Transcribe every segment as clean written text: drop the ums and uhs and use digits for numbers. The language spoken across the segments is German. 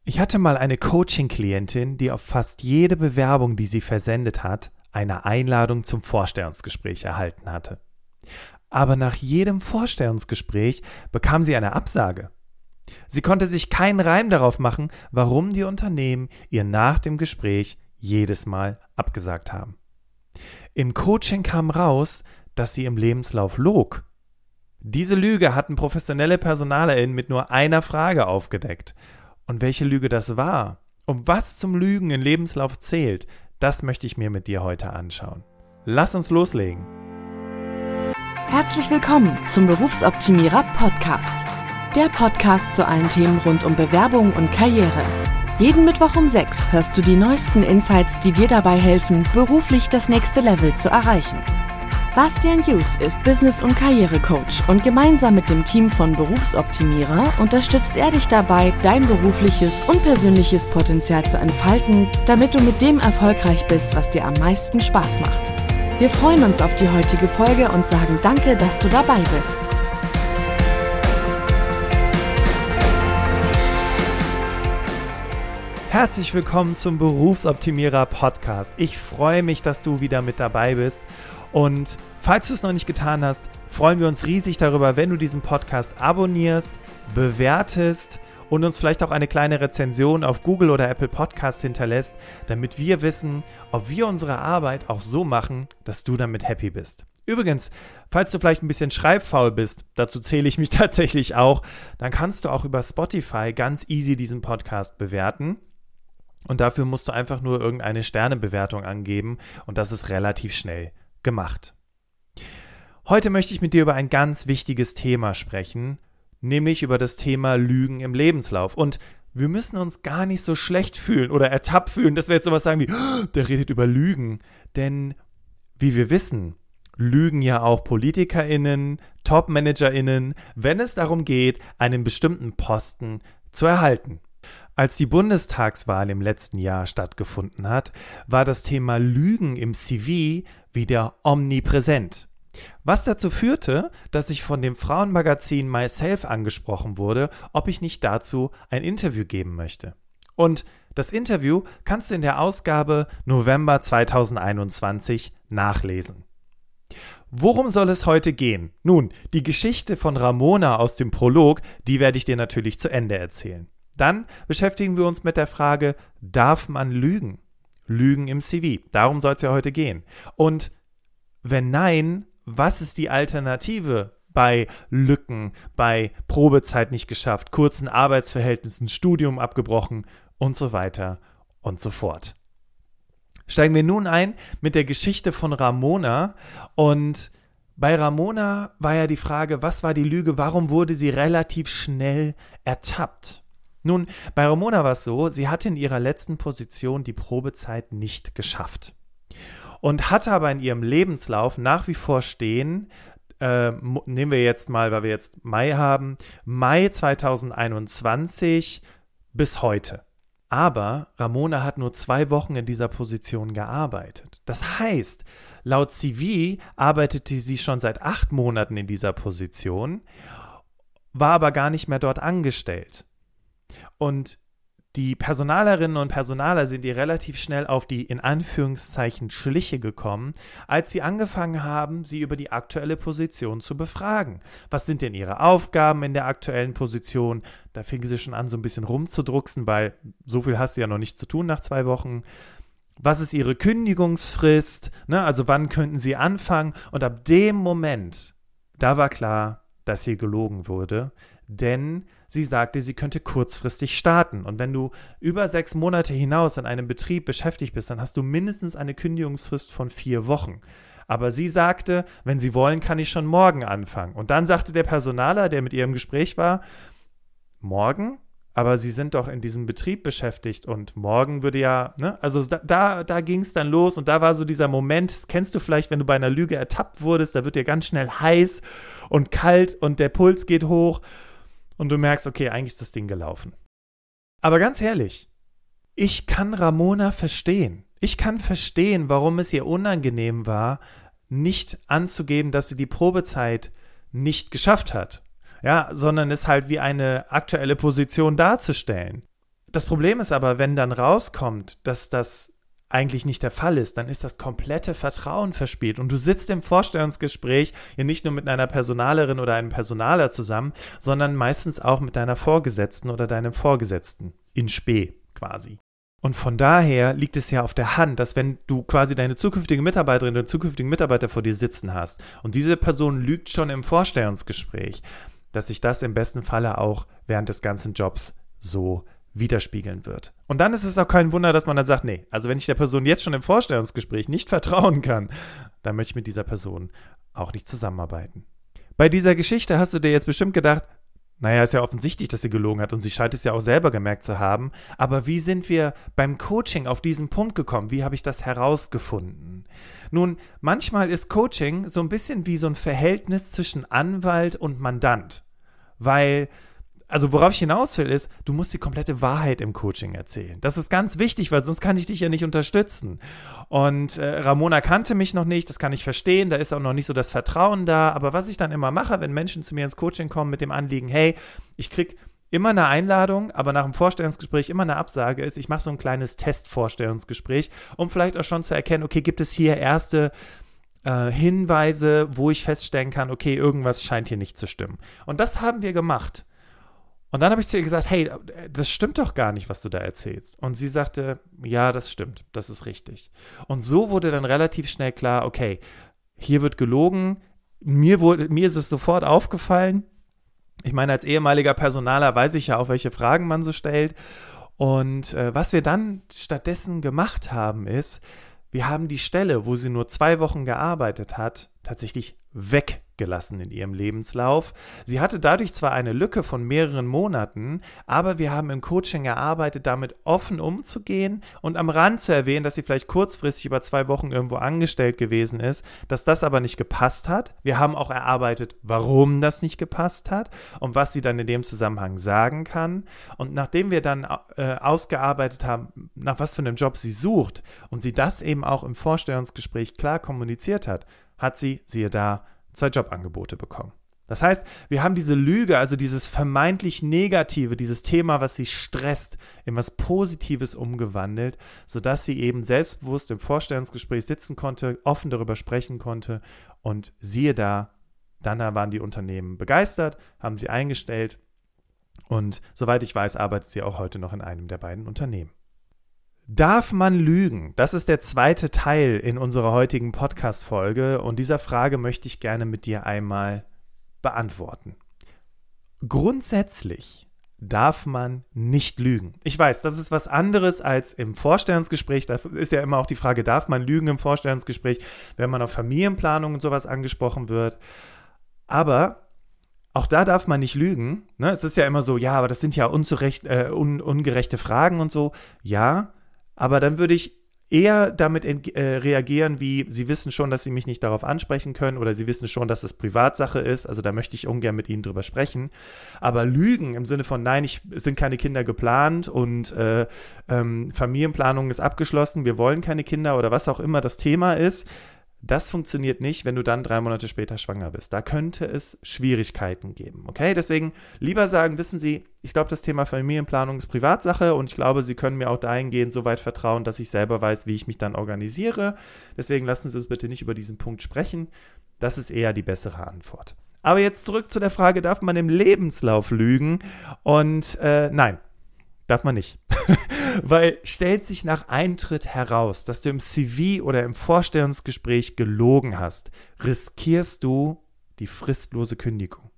Ich hatte mal eine Coaching-Klientin, die auf fast jede Bewerbung, die sie versendet hat, eine Einladung zum Vorstellungsgespräch erhalten hatte. Aber nach jedem Vorstellungsgespräch bekam sie eine Absage. Sie konnte sich keinen Reim darauf machen, warum die Unternehmen ihr nach dem Gespräch jedes Mal abgesagt haben. Im Coaching kam raus, dass sie im Lebenslauf log. Diese Lüge hatten professionelle PersonalerInnen mit nur einer Frage aufgedeckt. Und welche Lüge das war und was zum Lügen im Lebenslauf zählt, das möchte ich mir mit dir heute anschauen. Lass uns loslegen. Herzlich willkommen zum Berufsoptimierer Podcast. Der Podcast zu allen Themen rund um Bewerbung und Karriere. Jeden Mittwoch um 6 hörst du die neuesten Insights, die dir dabei helfen, beruflich das nächste Level zu erreichen. Bastian Hughes ist Business- und Karrierecoach und gemeinsam mit dem Team von Berufsoptimierer unterstützt er dich dabei, dein berufliches und persönliches Potenzial zu entfalten, damit du mit dem erfolgreich bist, was dir am meisten Spaß macht. Wir freuen uns auf die heutige Folge und sagen danke, dass du dabei bist. Herzlich willkommen zum Berufsoptimierer Podcast. Ich freue mich, dass du wieder mit dabei bist. Und falls du es noch nicht getan hast, freuen wir uns riesig darüber, wenn du diesen Podcast abonnierst, bewertest und uns vielleicht auch eine kleine Rezension auf Google oder Apple Podcast hinterlässt, damit wir wissen, ob wir unsere Arbeit auch so machen, dass du damit happy bist. Übrigens, falls du vielleicht ein bisschen schreibfaul bist, dazu zähle ich mich tatsächlich auch, dann kannst du auch über Spotify ganz easy diesen Podcast bewerten. Und dafür musst du einfach nur irgendeine Sternebewertung angeben und das ist relativ schnell gemacht. Heute möchte ich mit dir über ein ganz wichtiges Thema sprechen, nämlich über das Thema Lügen im Lebenslauf. Und wir müssen uns gar nicht so schlecht fühlen oder ertappt fühlen, dass wir jetzt sowas sagen wie, der redet über Lügen. Denn wie wir wissen, lügen ja auch PolitikerInnen, TopmanagerInnen, wenn es darum geht, einen bestimmten Posten zu erhalten. Als die Bundestagswahl im letzten Jahr stattgefunden hat, war das Thema Lügen im CV wieder omnipräsent. Was dazu führte, dass ich von dem Frauenmagazin Myself angesprochen wurde, ob ich nicht dazu ein Interview geben möchte. Und das Interview kannst du in der Ausgabe November 2021 nachlesen. Worum soll es heute gehen? Nun, die Geschichte von Ramona aus dem Prolog, die werde ich dir natürlich zu Ende erzählen. Dann beschäftigen wir uns mit der Frage, darf man lügen? Lügen im CV, darum soll es ja heute gehen. Und wenn nein, was ist die Alternative bei Lücken, bei Probezeit nicht geschafft, kurzen Arbeitsverhältnissen, Studium abgebrochen und so weiter und so fort. Steigen wir nun ein mit der Geschichte von Ramona und bei Ramona war ja die Frage, was war die Lüge, warum wurde sie relativ schnell ertappt? Nun, bei Ramona war es so, sie hatte in ihrer letzten Position die Probezeit nicht geschafft und hatte aber in ihrem Lebenslauf nach wie vor stehen, nehmen wir jetzt mal, weil wir jetzt Mai haben, Mai 2021 bis heute. Aber Ramona hat nur 2 Wochen in dieser Position gearbeitet. Das heißt, laut CV arbeitete sie schon seit 8 Monaten in dieser Position, war aber gar nicht mehr dort angestellt. Und die Personalerinnen und Personaler sind ihr relativ schnell auf die, in Anführungszeichen, Schliche gekommen, als sie angefangen haben, sie über die aktuelle Position zu befragen. Was sind denn ihre Aufgaben in der aktuellen Position? Da fingen sie schon an, so ein bisschen rumzudrucksen, weil so viel hast du ja noch nicht zu tun nach 2 Wochen. Was ist ihre Kündigungsfrist? Also wann könnten sie anfangen? Und ab dem Moment, da war klar, dass hier gelogen wurde, denn sie sagte, sie könnte kurzfristig starten. Und wenn du über 6 Monate hinaus in einem Betrieb beschäftigt bist, dann hast du mindestens eine Kündigungsfrist von 4 Wochen. Aber sie sagte, wenn Sie wollen, kann ich schon morgen anfangen. Und dann sagte der Personaler, der mit ihr im Gespräch war, morgen? Aber Sie sind doch in diesem Betrieb beschäftigt und morgen würde ja, Also da ging es dann los und da war so dieser Moment, das kennst du vielleicht, wenn du bei einer Lüge ertappt wurdest, da wird dir ganz schnell heiß und kalt und der Puls geht hoch. Und du merkst, okay, eigentlich ist das Ding gelaufen. Aber ganz ehrlich, ich kann Ramona verstehen. Ich kann verstehen, warum es ihr unangenehm war, nicht anzugeben, dass sie die Probezeit nicht geschafft hat. Ja, sondern es halt wie eine aktuelle Position darzustellen. Das Problem ist aber, wenn dann rauskommt, dass das eigentlich nicht der Fall ist, dann ist das komplette Vertrauen verspielt. Und du sitzt im Vorstellungsgespräch ja nicht nur mit einer Personalerin oder einem Personaler zusammen, sondern meistens auch mit deiner Vorgesetzten oder deinem Vorgesetzten in Spe quasi. Und von daher liegt es ja auf der Hand, dass wenn du quasi deine zukünftige Mitarbeiterin oder zukünftigen Mitarbeiter vor dir sitzen hast und diese Person lügt schon im Vorstellungsgespräch, dass sich das im besten Falle auch während des ganzen Jobs so widerspiegeln wird. Und dann ist es auch kein Wunder, dass man dann sagt, nee, also wenn ich der Person jetzt schon im Vorstellungsgespräch nicht vertrauen kann, dann möchte ich mit dieser Person auch nicht zusammenarbeiten. Bei dieser Geschichte hast du dir jetzt bestimmt gedacht, naja, ist ja offensichtlich, dass sie gelogen hat und sie scheint es ja auch selber gemerkt zu haben, aber wie sind wir beim Coaching auf diesen Punkt gekommen? Wie habe ich das herausgefunden? Nun, manchmal ist Coaching so ein bisschen wie so ein Verhältnis zwischen Anwalt und Mandant, weil also worauf ich hinaus will, ist, du musst die komplette Wahrheit im Coaching erzählen. Das ist ganz wichtig, weil sonst kann ich dich ja nicht unterstützen. Und Ramona kannte mich noch nicht, das kann ich verstehen, da ist auch noch nicht so das Vertrauen da. Aber was ich dann immer mache, wenn Menschen zu mir ins Coaching kommen mit dem Anliegen, hey, ich kriege immer eine Einladung, aber nach dem Vorstellungsgespräch immer eine Absage ist, ich mache so ein kleines Testvorstellungsgespräch, um vielleicht auch schon zu erkennen, okay, gibt es hier erste Hinweise, wo ich feststellen kann, okay, irgendwas scheint hier nicht zu stimmen. Und das haben wir gemacht. Und dann habe ich zu ihr gesagt, hey, das stimmt doch gar nicht, was du da erzählst. Und sie sagte, ja, das stimmt, das ist richtig. Und so wurde dann relativ schnell klar, okay, hier wird gelogen. Mir ist es sofort aufgefallen. Ich meine, als ehemaliger Personaler weiß ich ja auch, welche Fragen man so stellt. Und was wir dann stattdessen gemacht haben, ist, wir haben die Stelle, wo sie nur 2 Wochen gearbeitet hat, tatsächlich weggelassen in ihrem Lebenslauf. Sie hatte dadurch zwar eine Lücke von mehreren Monaten, aber wir haben im Coaching erarbeitet, damit offen umzugehen und am Rand zu erwähnen, dass sie vielleicht kurzfristig über 2 Wochen irgendwo angestellt gewesen ist, dass das aber nicht gepasst hat. Wir haben auch erarbeitet, warum das nicht gepasst hat und was sie dann in dem Zusammenhang sagen kann. Und nachdem wir dann ausgearbeitet haben, nach was für einem Job sie sucht und sie das eben auch im Vorstellungsgespräch klar kommuniziert hat, hat sie, siehe da, 2 Jobangebote bekommen. Das heißt, wir haben diese Lüge, also dieses vermeintlich Negative, dieses Thema, was sie stresst, in was Positives umgewandelt, sodass sie eben selbstbewusst im Vorstellungsgespräch sitzen konnte, offen darüber sprechen konnte und siehe da, dann waren die Unternehmen begeistert, haben sie eingestellt und soweit ich weiß, arbeitet sie auch heute noch in einem der beiden Unternehmen. Darf man lügen? Das ist der zweite Teil in unserer heutigen Podcast-Folge und dieser Frage möchte ich gerne mit dir einmal beantworten. Grundsätzlich darf man nicht lügen. Ich weiß, das ist was anderes als im Vorstellungsgespräch. Da ist ja immer auch die Frage, darf man lügen im Vorstellungsgespräch, wenn man auf Familienplanung und sowas angesprochen wird. Aber auch da darf man nicht lügen. Ne? Es ist ja immer so, ja, aber das sind ja ungerechte Fragen und so. Ja, aber dann würde ich eher damit reagieren, wie sie wissen schon, dass sie mich nicht darauf ansprechen können oder sie wissen schon, dass es Privatsache ist, also da möchte ich ungern mit ihnen drüber sprechen. Aber Lügen im Sinne von, nein, es sind keine Kinder geplant und Familienplanung ist abgeschlossen, wir wollen keine Kinder oder was auch immer das Thema ist, das funktioniert nicht, wenn du dann 3 Monate später schwanger bist. Da könnte es Schwierigkeiten geben, okay? Deswegen lieber sagen, wissen Sie, ich glaube, das Thema Familienplanung ist Privatsache und ich glaube, Sie können mir auch dahingehend so weit vertrauen, dass ich selber weiß, wie ich mich dann organisiere. Deswegen lassen Sie uns bitte nicht über diesen Punkt sprechen. Das ist eher die bessere Antwort. Aber jetzt zurück zu der Frage, darf man im Lebenslauf lügen? Und nein, darf man nicht. Weil stellt sich nach Eintritt heraus, dass du im CV oder im Vorstellungsgespräch gelogen hast, riskierst du die fristlose Kündigung.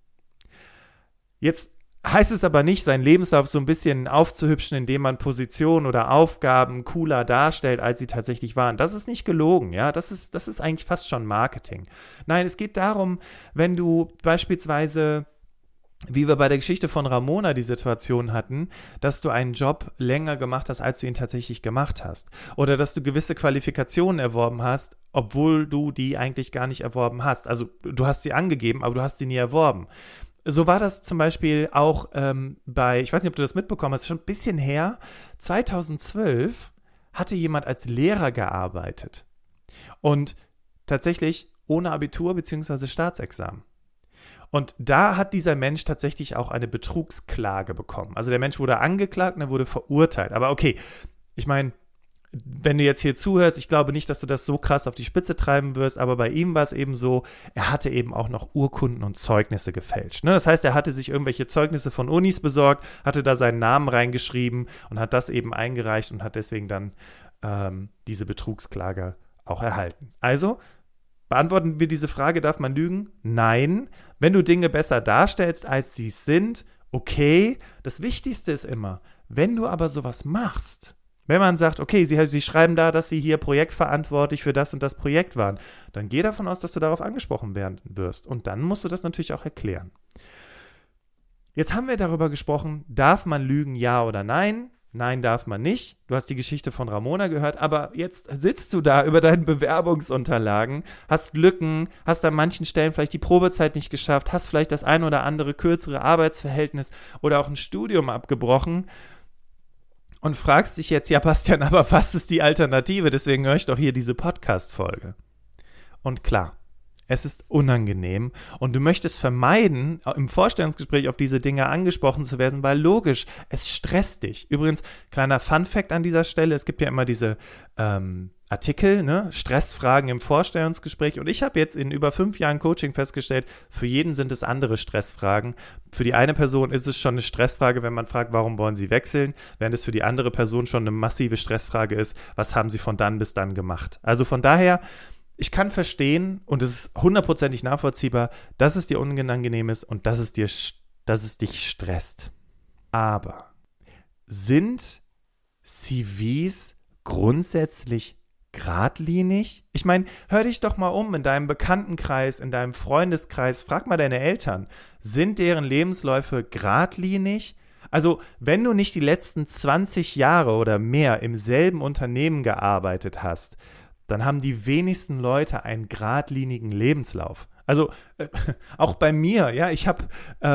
Jetzt heißt es aber nicht, seinen Lebenslauf so ein bisschen aufzuhübschen, indem man Positionen oder Aufgaben cooler darstellt, als sie tatsächlich waren. Das ist nicht gelogen, ja, das ist eigentlich fast schon Marketing. Nein, es geht darum, wenn du beispielsweise, wie wir bei der Geschichte von Ramona die Situation hatten, dass du einen Job länger gemacht hast, als du ihn tatsächlich gemacht hast. Oder dass du gewisse Qualifikationen erworben hast, obwohl du die eigentlich gar nicht erworben hast. Also du hast sie angegeben, aber du hast sie nie erworben. So war das zum Beispiel auch ich weiß nicht, ob du das mitbekommen hast, schon ein bisschen her, 2012 hatte jemand als Lehrer gearbeitet. Und tatsächlich ohne Abitur bzw. Staatsexamen. Und da hat dieser Mensch tatsächlich auch eine Betrugsklage bekommen. Also der Mensch wurde angeklagt und er wurde verurteilt. Aber okay, ich meine, wenn du jetzt hier zuhörst, ich glaube nicht, dass du das so krass auf die Spitze treiben wirst, aber bei ihm war es eben so, er hatte eben auch noch Urkunden und Zeugnisse gefälscht. Ne? Das heißt, er hatte sich irgendwelche Zeugnisse von Unis besorgt, hatte da seinen Namen reingeschrieben und hat das eben eingereicht und hat deswegen dann diese Betrugsklage auch erhalten. Also, beantworten wir diese Frage, darf man lügen? Nein. Wenn du Dinge besser darstellst, als sie sind, okay. Das Wichtigste ist immer, wenn du aber sowas machst, wenn man sagt, okay, sie schreiben da, dass sie hier projektverantwortlich für das und das Projekt waren, dann geh davon aus, dass du darauf angesprochen werden wirst. Und dann musst du das natürlich auch erklären. Jetzt haben wir darüber gesprochen, darf man lügen, ja oder nein? Nein, darf man nicht. Du hast die Geschichte von Ramona gehört, aber jetzt sitzt du da über deinen Bewerbungsunterlagen, hast Lücken, hast an manchen Stellen vielleicht die Probezeit nicht geschafft, hast vielleicht das ein oder andere kürzere Arbeitsverhältnis oder auch ein Studium abgebrochen und fragst dich jetzt, ja Bastian, aber was ist die Alternative? Deswegen höre ich doch hier diese Podcast-Folge. Und klar, es ist unangenehm und du möchtest vermeiden, im Vorstellungsgespräch auf diese Dinge angesprochen zu werden, weil logisch, es stresst dich. Übrigens, kleiner Fun-Fact an dieser Stelle, es gibt ja immer diese Artikel, ne? Stressfragen im Vorstellungsgespräch und ich habe jetzt in über 5 Jahren Coaching festgestellt, für jeden sind es andere Stressfragen. Für die eine Person ist es schon eine Stressfrage, wenn man fragt, warum wollen sie wechseln, während es für die andere Person schon eine massive Stressfrage ist, was haben sie von dann bis dann gemacht. Also von daher, ich kann verstehen und es ist 100%ig nachvollziehbar, dass es dir unangenehm ist und dass es dich stresst. Aber sind CVs grundsätzlich geradlinig? Ich meine, hör dich doch mal um in deinem Bekanntenkreis, in deinem Freundeskreis, frag mal deine Eltern, sind deren Lebensläufe geradlinig? Also, wenn du nicht die letzten 20 Jahre oder mehr im selben Unternehmen gearbeitet hast, dann haben die wenigsten Leute einen geradlinigen Lebenslauf. Also auch bei mir, ja, ich habe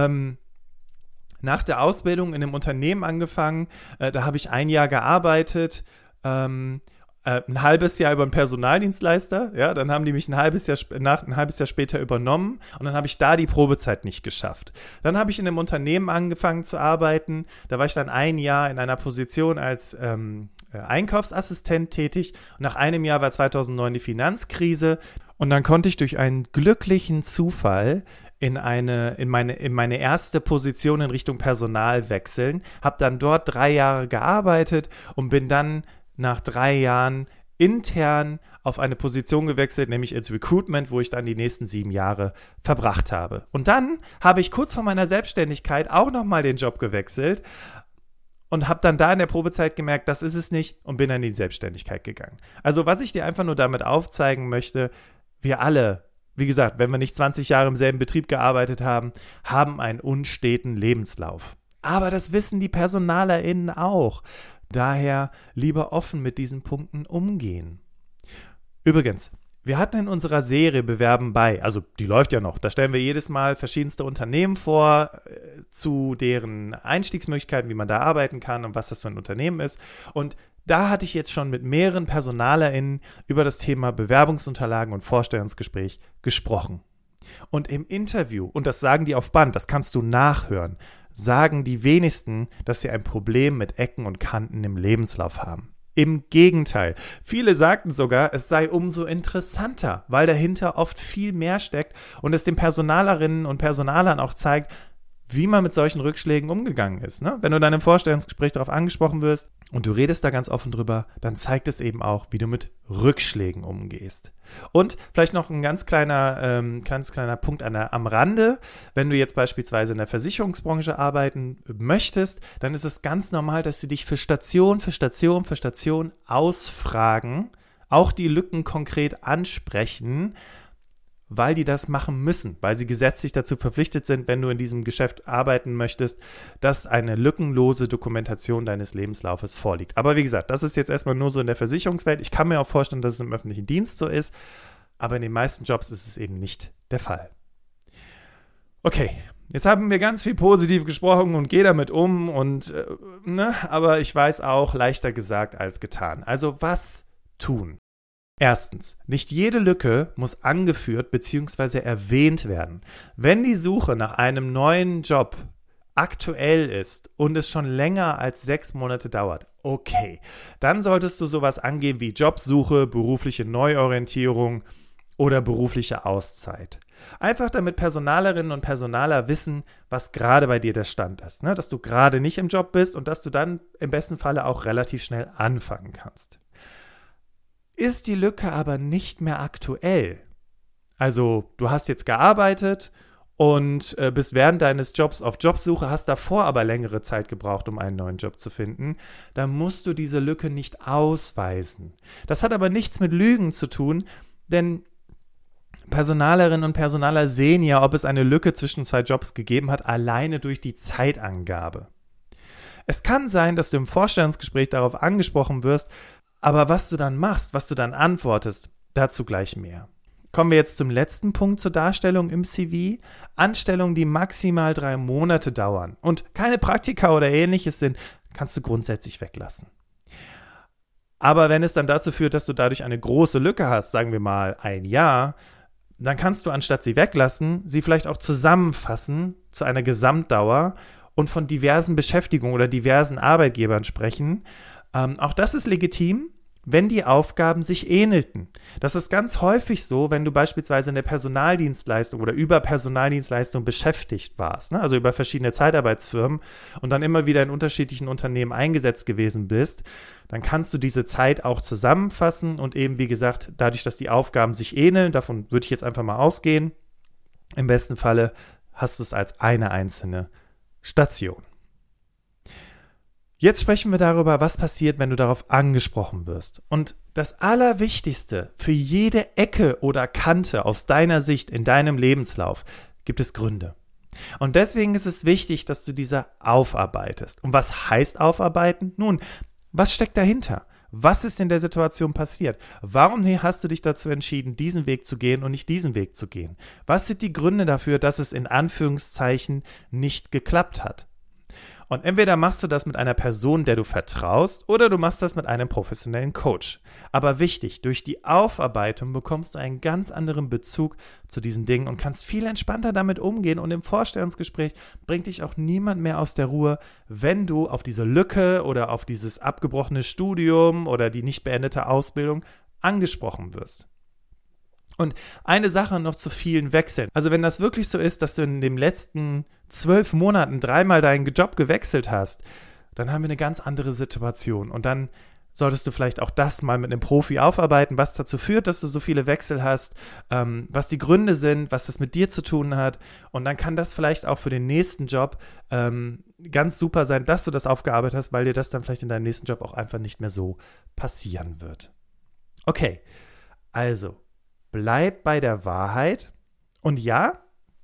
nach der Ausbildung in einem Unternehmen angefangen, da habe ich 1 Jahr gearbeitet, ein halbes Jahr über einen Personaldienstleister, ja, dann haben die mich ein halbes Jahr später übernommen und dann habe ich da die Probezeit nicht geschafft. Dann habe ich in einem Unternehmen angefangen zu arbeiten, da war ich dann 1 Jahr in einer Position als Einkaufsassistent tätig und nach einem Jahr war 2009 die Finanzkrise und dann konnte ich durch einen glücklichen Zufall in meine erste Position in Richtung Personal wechseln, habe dann dort 3 Jahre gearbeitet und bin dann nach 3 Jahren intern auf eine Position gewechselt, nämlich ins Recruitment, wo ich dann die nächsten 7 Jahre verbracht habe. Und dann habe ich kurz vor meiner Selbstständigkeit auch nochmal den Job gewechselt und habe dann da in der Probezeit gemerkt, das ist es nicht und bin dann in die Selbstständigkeit gegangen. Also was ich dir einfach nur damit aufzeigen möchte, wir alle, wie gesagt, wenn wir nicht 20 Jahre im selben Betrieb gearbeitet haben, haben einen unsteten Lebenslauf. Aber das wissen die PersonalerInnen auch. Daher lieber offen mit diesen Punkten umgehen. Übrigens, wir hatten in unserer Serie Bewerben bei, also die läuft ja noch, da stellen wir jedes Mal verschiedenste Unternehmen vor, zu deren Einstiegsmöglichkeiten, wie man da arbeiten kann und was das für ein Unternehmen ist. Und da hatte ich jetzt schon mit mehreren PersonalerInnen über das Thema Bewerbungsunterlagen und Vorstellungsgespräch gesprochen. Und im Interview, und das sagen die auf Band, das kannst du nachhören, sagen die wenigsten, dass sie ein Problem mit Ecken und Kanten im Lebenslauf haben. Im Gegenteil. Viele sagten sogar, es sei umso interessanter, weil dahinter oft viel mehr steckt und es den Personalerinnen und Personalern auch zeigt, wie man mit solchen Rückschlägen umgegangen ist. Ne? Wenn du dann im Vorstellungsgespräch darauf angesprochen wirst und du redest da ganz offen drüber, dann zeigt es eben auch, wie du mit Rückschlägen umgehst. Und vielleicht noch ein ganz kleiner Punkt am Rande. Wenn du jetzt beispielsweise in der Versicherungsbranche arbeiten möchtest, dann ist es ganz normal, dass sie dich für Station ausfragen, auch die Lücken konkret ansprechen, weil die das machen müssen, weil sie gesetzlich dazu verpflichtet sind, wenn du in diesem Geschäft arbeiten möchtest, dass eine lückenlose Dokumentation deines Lebenslaufes vorliegt. Aber wie gesagt, das ist jetzt erstmal nur so in der Versicherungswelt. Ich kann mir auch vorstellen, dass es im öffentlichen Dienst so ist, aber in den meisten Jobs ist es eben nicht der Fall. Okay, jetzt haben wir ganz viel positiv gesprochen und geh damit um aber ich weiß auch, leichter gesagt als getan. Also was tun? Erstens, nicht jede Lücke muss angeführt bzw. erwähnt werden. Wenn die Suche nach einem neuen Job aktuell ist und es schon länger als 6 Monate dauert, okay, dann solltest du sowas angeben wie Jobsuche, berufliche Neuorientierung oder berufliche Auszeit. Einfach damit Personalerinnen und Personaler wissen, was gerade bei dir der Stand ist, ne? Dass du gerade nicht im Job bist und dass du dann im besten Falle auch relativ schnell anfangen kannst. Ist die Lücke aber nicht mehr aktuell, also du hast jetzt gearbeitet und bist während deines Jobs auf Jobsuche, hast davor aber längere Zeit gebraucht, um einen neuen Job zu finden, dann musst du diese Lücke nicht ausweisen. Das hat aber nichts mit Lügen zu tun, denn Personalerinnen und Personaler sehen ja, ob es eine Lücke zwischen 2 Jobs gegeben hat, alleine durch die Zeitangabe. Es kann sein, dass du im Vorstellungsgespräch darauf angesprochen wirst, aber was du dann machst, was du dann antwortest, dazu gleich mehr. Kommen wir jetzt zum letzten Punkt zur Darstellung im CV. Anstellungen, die maximal 3 Monate dauern und keine Praktika oder ähnliches sind, kannst du grundsätzlich weglassen. Aber wenn es dann dazu führt, dass du dadurch eine große Lücke hast, sagen wir mal 1 Jahr, dann kannst du, anstatt sie weglassen, sie vielleicht auch zusammenfassen zu einer Gesamtdauer und von diversen Beschäftigungen oder diversen Arbeitgebern sprechen. Auch das ist legitim, wenn die Aufgaben sich ähnelten. Das ist ganz häufig so, wenn du beispielsweise in der Personaldienstleistung oder über Personaldienstleistung beschäftigt warst, ne? Also über verschiedene Zeitarbeitsfirmen und dann immer wieder in unterschiedlichen Unternehmen eingesetzt gewesen bist, dann kannst du diese Zeit auch zusammenfassen und eben, wie gesagt, dadurch, dass die Aufgaben sich ähneln, davon würde ich jetzt einfach mal ausgehen, im besten Falle hast du es als eine einzelne Station. Jetzt sprechen wir darüber, was passiert, wenn du darauf angesprochen wirst. Und das Allerwichtigste für jede Ecke oder Kante aus deiner Sicht in deinem Lebenslauf gibt es Gründe. Und deswegen ist es wichtig, dass du diese aufarbeitest. Und was heißt aufarbeiten? Nun, was steckt dahinter? Was ist in der Situation passiert? Warum hast du dich dazu entschieden, diesen Weg zu gehen und nicht diesen Weg zu gehen? Was sind die Gründe dafür, dass es in Anführungszeichen nicht geklappt hat? Und entweder machst du das mit einer Person, der du vertraust, oder du machst das mit einem professionellen Coach. Aber wichtig, durch die Aufarbeitung bekommst du einen ganz anderen Bezug zu diesen Dingen und kannst viel entspannter damit umgehen. Und im Vorstellungsgespräch bringt dich auch niemand mehr aus der Ruhe, wenn du auf diese Lücke oder auf dieses abgebrochene Studium oder die nicht beendete Ausbildung angesprochen wirst. Und eine Sache noch zu vielen Wechseln. Also wenn das wirklich so ist, dass du in den letzten 12 Monaten 3-mal deinen Job gewechselt hast, dann haben wir eine ganz andere Situation. Und dann solltest du vielleicht auch das mal mit einem Profi aufarbeiten, was dazu führt, dass du so viele Wechsel hast, was die Gründe sind, was das mit dir zu tun hat. Und dann kann das vielleicht auch für den nächsten Job ganz super sein, dass du das aufgearbeitet hast, weil dir das dann vielleicht in deinem nächsten Job auch einfach nicht mehr so passieren wird. Okay, also bleib bei der Wahrheit und ja,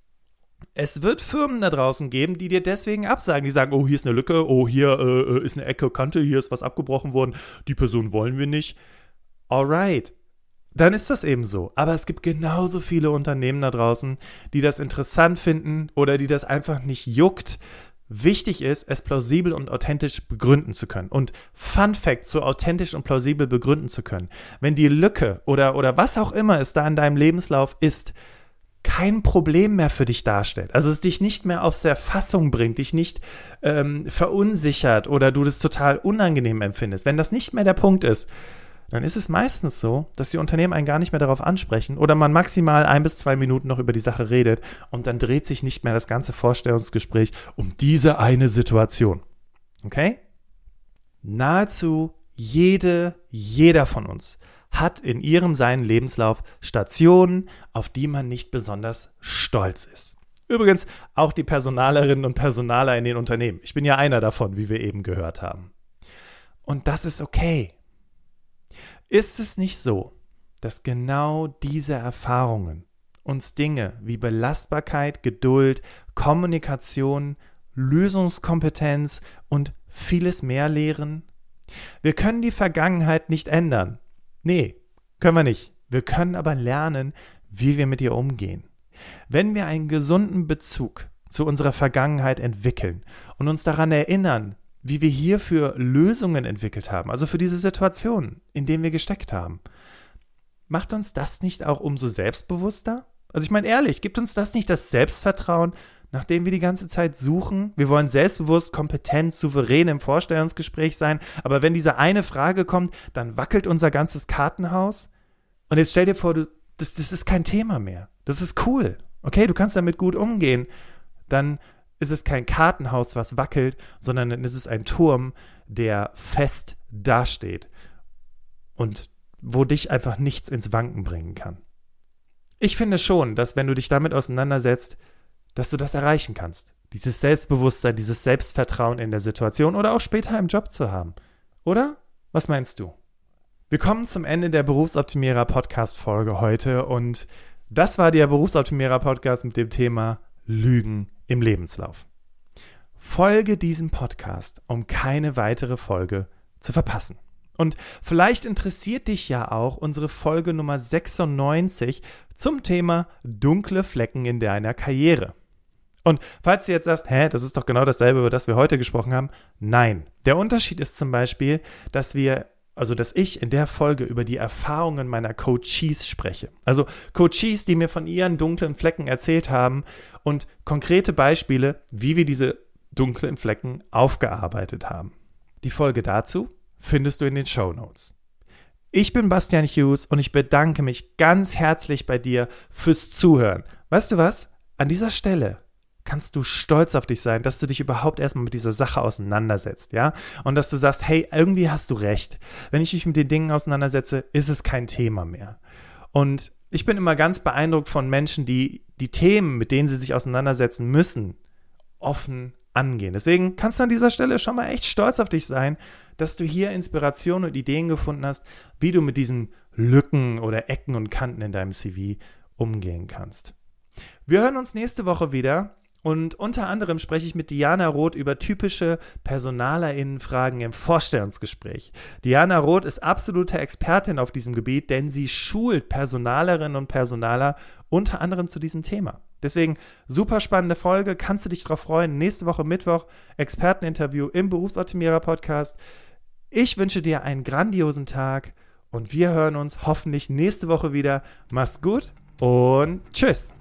es wird Firmen da draußen geben, die dir deswegen absagen. Die sagen, oh, hier ist eine Lücke, oh, hier ist eine Ecke, Kante, hier ist was abgebrochen worden, die Person wollen wir nicht. Alright, dann ist das eben so. Aber es gibt genauso viele Unternehmen da draußen, die das interessant finden oder die das einfach nicht juckt. Wichtig ist, es plausibel und authentisch begründen zu können. Und Fun Fact, so authentisch und plausibel begründen zu können. Wenn die Lücke oder was auch immer es da in deinem Lebenslauf ist, kein Problem mehr für dich darstellt. Also es dich nicht mehr aus der Fassung bringt, dich nicht verunsichert oder du das total unangenehm empfindest. Wenn das nicht mehr der Punkt ist, dann ist es meistens so, dass die Unternehmen einen gar nicht mehr darauf ansprechen oder man maximal 1 bis 2 Minuten noch über die Sache redet und dann dreht sich nicht mehr das ganze Vorstellungsgespräch um diese eine Situation. Okay? Nahezu jeder von uns hat in seinen Lebenslauf Stationen, auf die man nicht besonders stolz ist. Übrigens auch die Personalerinnen und Personaler in den Unternehmen. Ich bin ja einer davon, wie wir eben gehört haben. Und das ist okay. Ist es nicht so, dass genau diese Erfahrungen uns Dinge wie Belastbarkeit, Geduld, Kommunikation, Lösungskompetenz und vieles mehr lehren? Wir können die Vergangenheit nicht ändern. Nee, können wir nicht. Wir können aber lernen, wie wir mit ihr umgehen. Wenn wir einen gesunden Bezug zu unserer Vergangenheit entwickeln und uns daran erinnern, wie wir hierfür Lösungen entwickelt haben, also für diese Situation, in denen wir gesteckt haben, macht uns das nicht auch umso selbstbewusster? Also ich meine ehrlich, gibt uns das nicht das Selbstvertrauen, nach dem wir die ganze Zeit suchen? Wir wollen selbstbewusst, kompetent, souverän im Vorstellungsgespräch sein, aber wenn diese eine Frage kommt, dann wackelt unser ganzes Kartenhaus. Und jetzt stell dir vor, das ist kein Thema mehr. Das ist cool. Okay, du kannst damit gut umgehen. Dann ist es kein Kartenhaus, was wackelt, sondern dann ist es ein Turm, der fest dasteht und wo dich einfach nichts ins Wanken bringen kann. Ich finde schon, dass wenn du dich damit auseinandersetzt, dass du das erreichen kannst. Dieses Selbstbewusstsein, dieses Selbstvertrauen in der Situation oder auch später im Job zu haben. Oder? Was meinst du? Wir kommen zum Ende der Berufsoptimierer-Podcast-Folge heute und das war der Berufsoptimierer-Podcast mit dem Thema Lügen im Lebenslauf. Folge diesem Podcast, um keine weitere Folge zu verpassen. Und vielleicht interessiert dich ja auch unsere Folge Nummer 96 zum Thema dunkle Flecken in deiner Karriere. Und falls du jetzt sagst, das ist doch genau dasselbe, über das wir heute gesprochen haben. Nein, der Unterschied ist zum Beispiel, dass ich in der Folge über die Erfahrungen meiner Coaches spreche. Also Coaches, die mir von ihren dunklen Flecken erzählt haben und konkrete Beispiele, wie wir diese dunklen Flecken aufgearbeitet haben. Die Folge dazu findest du in den Shownotes. Ich bin Bastian Hughes und ich bedanke mich ganz herzlich bei dir fürs Zuhören. Weißt du was? An dieser Stelle kannst du stolz auf dich sein, dass du dich überhaupt erstmal mit dieser Sache auseinandersetzt, ja? Und dass du sagst, hey, irgendwie hast du recht. Wenn ich mich mit den Dingen auseinandersetze, ist es kein Thema mehr. Und ich bin immer ganz beeindruckt von Menschen, die die Themen, mit denen sie sich auseinandersetzen müssen, offen angehen. Deswegen kannst du an dieser Stelle schon mal echt stolz auf dich sein, dass du hier Inspiration und Ideen gefunden hast, wie du mit diesen Lücken oder Ecken und Kanten in deinem CV umgehen kannst. Wir hören uns nächste Woche wieder und unter anderem spreche ich mit Diana Roth über typische PersonalerInnen-Fragen im Vorstellungsgespräch. Diana Roth ist absolute Expertin auf diesem Gebiet, denn sie schult Personalerinnen und Personaler unter anderem zu diesem Thema. Deswegen super spannende Folge, kannst du dich drauf freuen. Nächste Woche Mittwoch Experteninterview im Berufsoptimierer-Podcast. Ich wünsche dir einen grandiosen Tag und wir hören uns hoffentlich nächste Woche wieder. Mach's gut und tschüss.